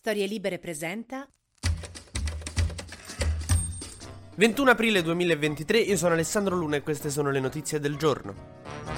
Storie Libere presenta 21 aprile 2023, io sono Alessandro Luna e queste sono le notizie del giorno.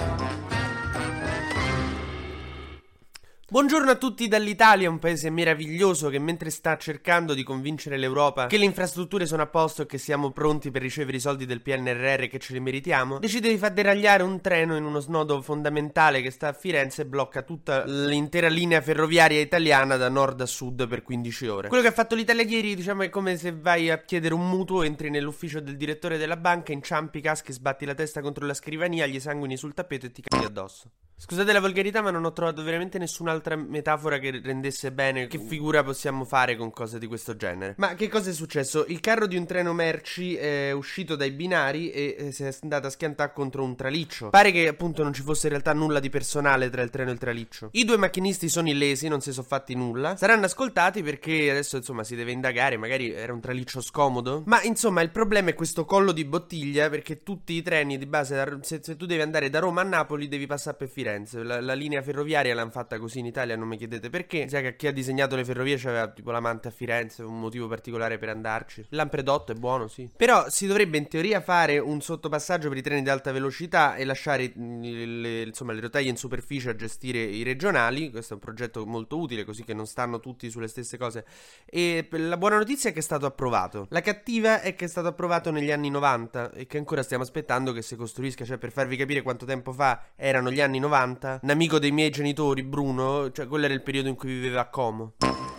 Buongiorno a tutti dall'Italia, un paese meraviglioso che mentre sta cercando di convincere l'Europa che le infrastrutture sono a posto e che siamo pronti per ricevere i soldi del PNRR e che ce li meritiamo, decide di far deragliare un treno in uno snodo fondamentale che sta a Firenze e blocca tutta l'intera linea ferroviaria italiana da nord a sud per 15 ore. Quello che ha fatto l'Italia ieri, diciamo, è come se vai a chiedere un mutuo, entri nell'ufficio del direttore della banca, inciampi, caschi, sbatti la testa contro la scrivania, gli sanguini sul tappeto e ti cagli addosso. Scusate la volgarità, ma non ho trovato veramente nessun'altra metafora che rendesse bene che figura possiamo fare con cose di questo genere. Ma che cosa è successo? Il carro di un treno merci è uscito dai binari e si è andato a schiantare contro un traliccio. Pare che appunto non ci fosse in realtà nulla di personale tra il treno e il traliccio. I due macchinisti sono illesi, non si sono fatti nulla. Saranno ascoltati perché adesso insomma si deve indagare, magari era un traliccio scomodo. Ma insomma il problema è questo collo di bottiglia, perché tutti i treni di base, se tu devi andare da Roma a Napoli devi passare per Firenze. La linea ferroviaria l'hanno fatta così in Italia, non mi chiedete perché. Sa che chi ha disegnato le ferrovie c'aveva tipo l'amante a Firenze, un motivo particolare per andarci. Lampredotto è buono, sì. Però si dovrebbe in teoria fare un sottopassaggio per i treni di alta velocità e lasciare le rotaie in superficie a gestire i regionali. Questo è un progetto molto utile, così che non stanno tutti sulle stesse cose. E la buona notizia è che è stato approvato. La cattiva è che è stato approvato negli anni 90 e che ancora stiamo aspettando che si costruisca. Cioè, per farvi capire quanto tempo fa erano gli anni 90, un amico dei miei genitori, Bruno, cioè quello era il periodo in cui viveva a Como.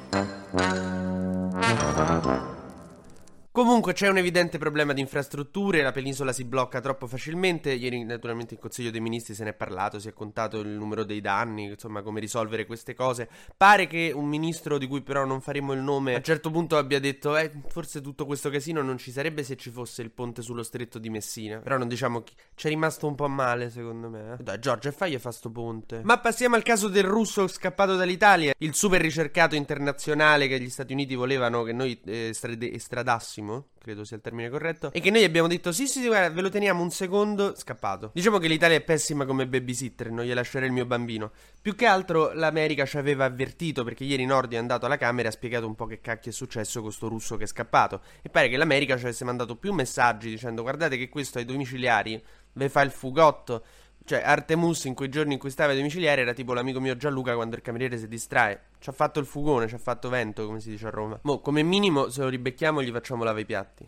Comunque c'è un evidente problema di infrastrutture, la penisola si blocca troppo facilmente. Ieri naturalmente il Consiglio dei Ministri se ne è parlato, si è contato il numero dei danni, insomma come risolvere queste cose. Pare che un ministro, di cui però non faremo il nome, a un certo punto abbia detto forse tutto questo casino non ci sarebbe se ci fosse il ponte sullo stretto di Messina. Però non diciamo chi. C'è rimasto un po' male secondo me. Dai Giorgia, fai fa sto ponte. Ma passiamo al caso del russo scappato dall'Italia, il super ricercato internazionale che gli Stati Uniti volevano che noi estradassimo, credo sia il termine corretto, e che noi abbiamo detto sì, guarda, ve lo teniamo un secondo, scappato. Diciamo che l'Italia è pessima come babysitter, non gli lascerei il mio bambino. Più che altro l'America ci aveva avvertito, perché ieri Nordi è andato alla Camera e ha spiegato un po' che cacchio è successo con sto russo che è scappato, e pare che l'America ci avesse mandato più messaggi dicendo guardate che questo ai domiciliari ve fa il fugotto. Cioè Artemus in quei giorni in cui stava ai domiciliari era tipo l'amico mio Gianluca quando il cameriere si distrae. Ci ha fatto il fugone, ci ha fatto vento, come si dice a Roma. Mo, come minimo, se lo ribecchiamo gli facciamo lava i piatti.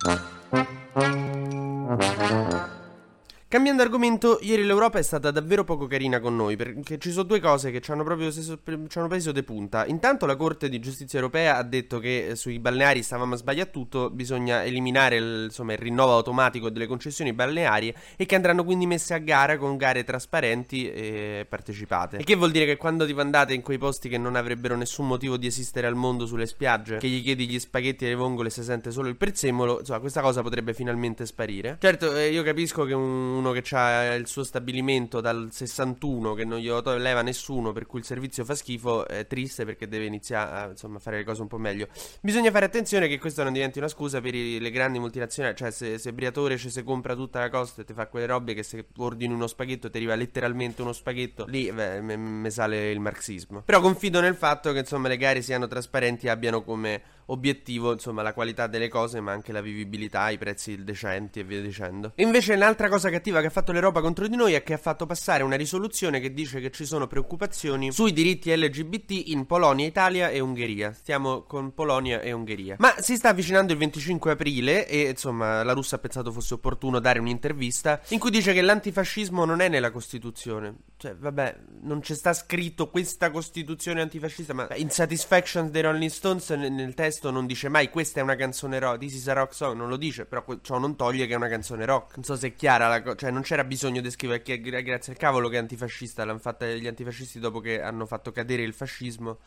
Cambiando argomento, ieri l'Europa è stata davvero poco carina con noi, perché ci sono due cose che ci hanno proprio preso de punta. Intanto la Corte di Giustizia Europea ha detto che sui balneari stavamo a sbagliare tutto, bisogna eliminare il rinnovo automatico delle concessioni balneari e che andranno quindi messe a gara con gare trasparenti e partecipate. E che vuol dire che quando tipo andate in quei posti che non avrebbero nessun motivo di esistere al mondo sulle spiagge, che gli chiedi gli spaghetti e le vongole se sente solo il prezzemolo, insomma questa cosa potrebbe finalmente sparire. Certo, io capisco che uno che ha il suo stabilimento dal 61 che non glielo leva nessuno, per cui il servizio fa schifo, è triste perché deve iniziare a fare le cose un po' meglio. Bisogna fare attenzione che questo non diventi una scusa per le grandi multinazionali. Cioè se Briatore si compra tutta la costa e ti fa quelle robe che se ordini uno spaghetto ti arriva letteralmente uno spaghetto, lì me sale il marxismo. Però confido nel fatto che insomma le gare siano trasparenti e abbiano come obiettivo insomma la qualità delle cose, ma anche la vivibilità, i prezzi decenti e via dicendo. E invece un'altra cosa cattiva che ha fatto l'Europa contro di noi è che ha fatto passare una risoluzione che dice che ci sono preoccupazioni sui diritti LGBT in Polonia, Italia e Ungheria. Stiamo con Polonia e Ungheria. Ma si sta avvicinando il 25 aprile e insomma la Russia ha pensato fosse opportuno dare un'intervista in cui dice che l'antifascismo non è nella Costituzione. Cioè vabbè, non c'è sta scritto questa Costituzione antifascista, ma in Satisfaction dei Rolling Stones nel testo non dice mai questa è una canzone rock, this is a rock song, non lo dice, però ciò non toglie che è una canzone rock. Non so se è chiara la cosa, cioè non c'era bisogno di scrivere che grazie al cavolo che è antifascista, l'hanno fatta gli antifascisti dopo che hanno fatto cadere il fascismo.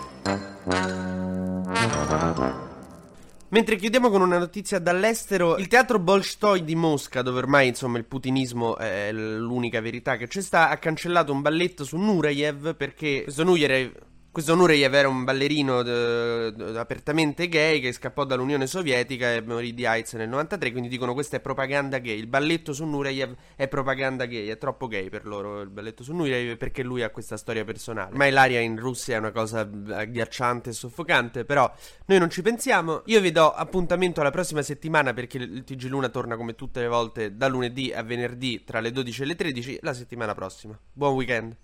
Mentre chiudiamo con una notizia dall'estero, il teatro Bolshoi di Mosca, dove ormai insomma il putinismo è l'unica verità che c'è sta, ha cancellato un balletto su Nureyev perché questo Questo Nureyev era un ballerino apertamente gay che scappò dall'Unione Sovietica e morì di AIDS nel 93, quindi dicono questa è propaganda gay. Il balletto su Nureyev è propaganda gay, è troppo gay per loro il balletto su Nureyev perché lui ha questa storia personale. Ormai l'aria in Russia è una cosa agghiacciante e soffocante, però noi non ci pensiamo. Io vi do appuntamento alla prossima settimana perché il TG Luna torna come tutte le volte da lunedì a venerdì tra le 12 e le 13 la settimana prossima. Buon weekend.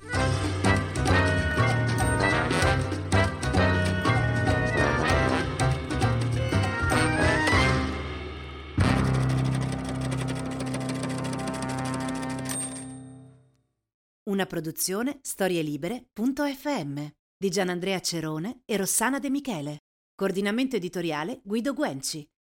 Una produzione storielibere.fm di Gianandrea Cerone e Rossana De Michele. Coordinamento editoriale Guido Guenci.